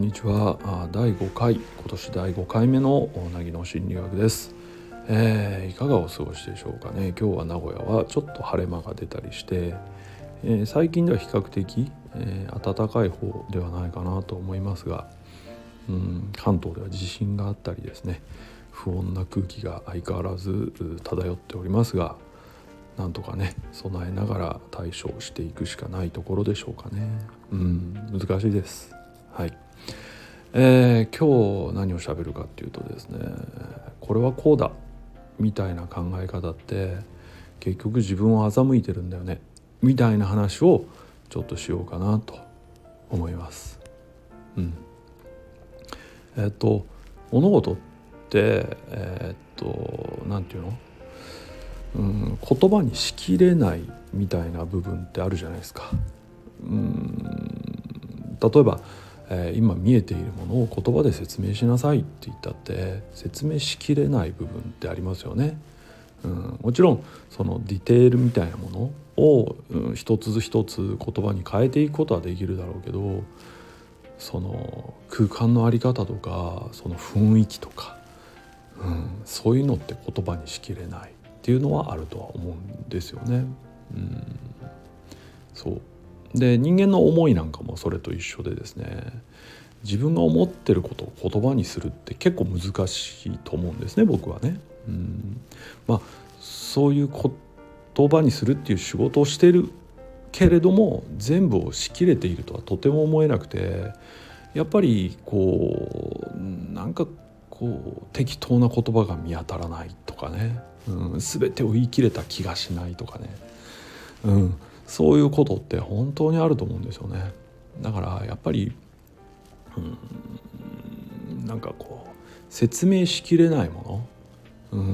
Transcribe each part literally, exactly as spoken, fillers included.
にちは。あだいごかい、今年だいごかいめのなぎの心理学です。えー、いかがお過ごしでしょうかね。今日は名古屋はちょっと晴れ間が出たりして、えー、最近では比較的、えー、暖かい方ではないかなと思いますが、うん、関東では地震があったりですね、不穏な空気が相変わらず漂っておりますが、なんとかね備えながら対処していくしかないところでしょうかね。うん、難しいです。はい。えー、今日何を喋るかっていうとですね、これはこうだみたいな考え方って結局自分を欺いてるんだよねみたいな話をちょっとしようかなと思います。うん。えっと物事ってえっとなんていうの、うん、言葉にしきれないみたいな部分ってあるじゃないですか。うん、例えば、えー、今見えているものを言葉で説明しなさいって言ったって説明しきれない部分ってありますよね。うん、もちろんそのディテールみたいなものを、うん、一つ一つ言葉に変えていくことはできるだろうけど、その空間の在り方とかその雰囲気とか、うん、そういうのって言葉にしきれないっていうのはあるとは思うんですよね。うん、そうで人間の思いなんかもそれと一緒でですね、自分が思ってることを言葉にするって結構難しいと思うんですね、僕はね。うん、まあそういう言葉にするっていう仕事をしているけれども全部をしきれているとはとても思えなくて、やっぱりこうなんかこう適当な言葉が見当たらないとかね、うん、全てを言い切れた気がしないとかね、うん、そういうことって本当にあると思うんですよね。だからやっぱり、うん、なんかこう説明しきれないもの、うん、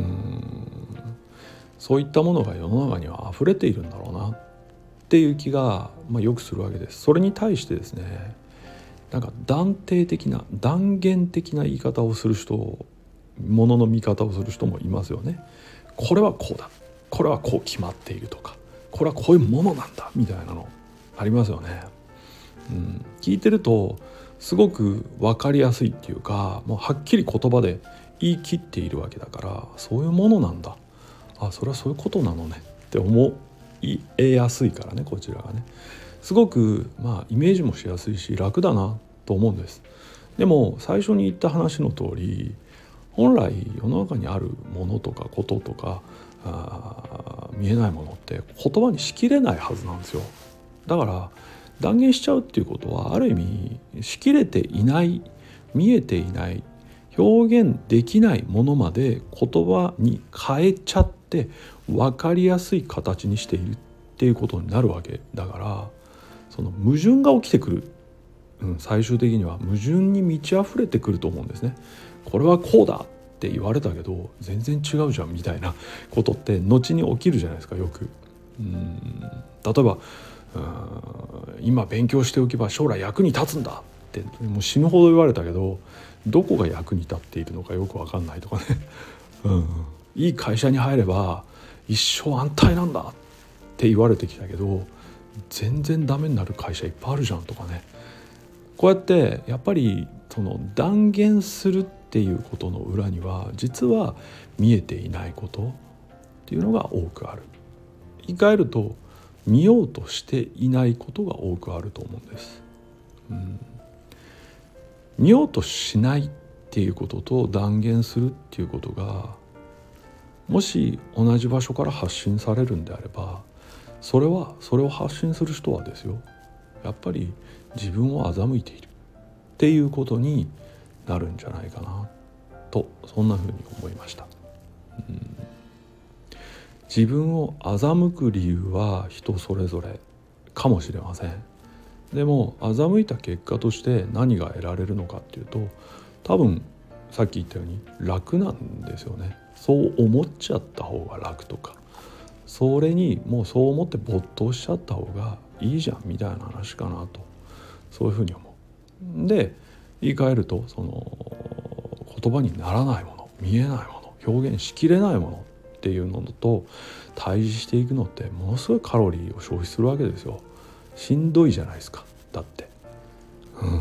そういったものが世の中には溢れているんだろうなっていう気が、まあ、よくするわけです。それに対してですね、なんか断定的な断言的な言い方をする人、ものの見方をする人もいますよね。これはこうだ、これはこう決まっているとか、これはこういうものなんだみたいなのありますよね。うん、聞いてるとすごく分かりやすいっていうか、もうはっきり言葉で言い切っているわけだから、そういうものなんだ、あ、それはそういうことなのねって思いやすいからね、こちらがねすごくまあイメージもしやすいし楽だなと思うんです。でも最初に言った話の通り、本来世の中にあるものとかこととかあ見えないものって言葉にしきれないはずなんですよ。だから断言しちゃうっていうことはある意味しきれていない、見えていない、表現できないものまで言葉に変えちゃって分かりやすい形にしているっていうことになるわけだから、その矛盾が起きてくる、うん、最終的には矛盾に満ち溢れてくると思うんですね。これはこうだって言われたけど全然違うじゃんみたいなことって後に起きるじゃないですか、よく。うん例えばうん今勉強しておけば将来役に立つんだってもう死ぬほど言われたけど、どこが役に立っているのかよく分かんないとかね、うん、いい会社に入れば一生安泰なんだって言われてきたけど全然ダメになる会社いっぱいあるじゃんとかね。こうやってやっぱりその断言するっていうことの裏には実は見えていないことっていうのが多くある。言い換えると見ようとしていないことが多くあると思うんです。うん、見ようとしないっていうことと断言するっていうことがもし同じ場所から発信されるんであれば、それはそれを発信する人はですよ、やっぱり自分を欺いているっていうことになるんじゃないかなと、そんなふうに思いました。うん、自分を欺く理由は人それぞれかもしれません。でも欺いた結果として何が得られるのかっていうと、多分さっき言ったように楽なんですよね。そう思っちゃった方が楽とか、それにもうそう思って没頭しちゃった方がいいじゃんみたいな話かなと、そういうふうに思う。で言い換えると、その言葉にならないもの、見えないもの、表現しきれないものっていうのと対峙していくのってものすごいカロリーを消費するわけですよ。しんどいじゃないですか、だって、うん、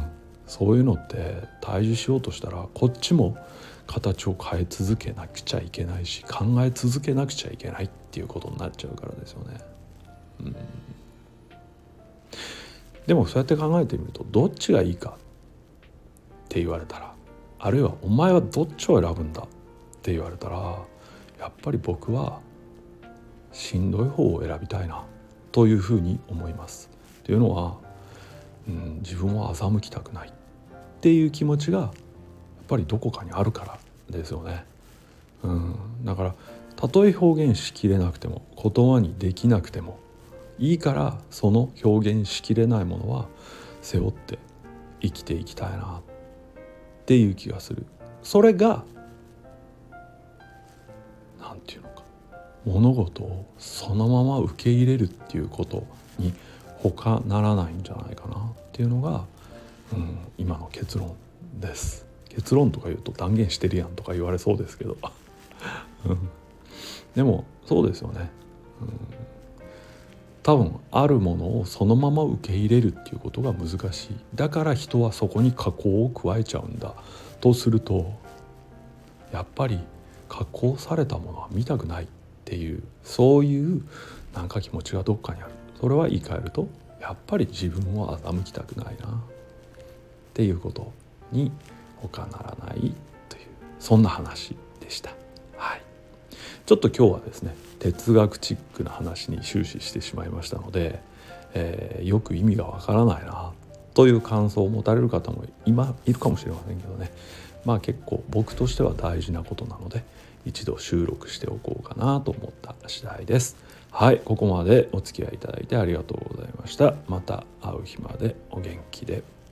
そういうのって対峙しようとしたらこっちも形を変え続けなくちゃいけないし、考え続けなくちゃいけないっていうことになっちゃうからですよね。うん、でもそうやって考えてみると、どっちがいいかって言われたら、あるいはお前はどっちを選ぶんだって言われたら、やっぱり僕はしんどい方を選びたいなというふうに思います。というのは、うん、自分を欺きたくないっていう気持ちがやっぱりどこかにあるからですよね。うん、だからたとえ表現しきれなくても、言葉にできなくてもいいから、その表現しきれないものは背負って生きていきたいなっていう気がする。それがなんていうのか、物事をそのまま受け入れるっていうことに他ならないんじゃないかなっていうのが、うん、今の結論です。結論とか言うと断言してるやんとか言われそうですけどでもそうですよね。うん、多分あるものをそのまま受け入れるっていうことが難しい。だから人はそこに加工を加えちゃうんだとすると、やっぱり加工されたものは見たくないっていう、そういうなんか気持ちがどっかにある。それは言い換えると、やっぱり自分を欺きたくないなっていうことに他ならないという、そんな話でした。はい、ちょっと今日はですね、哲学チックな話に終始してしまいましたので、えー、よく意味がわからないなという感想を持たれる方も今いるかもしれませんけどね、まあ結構僕としては大事なことなので、一度収録しておこうかなと思った次第です。はい、ここまでお付き合いいただいてありがとうございました。また会う日までお元気で。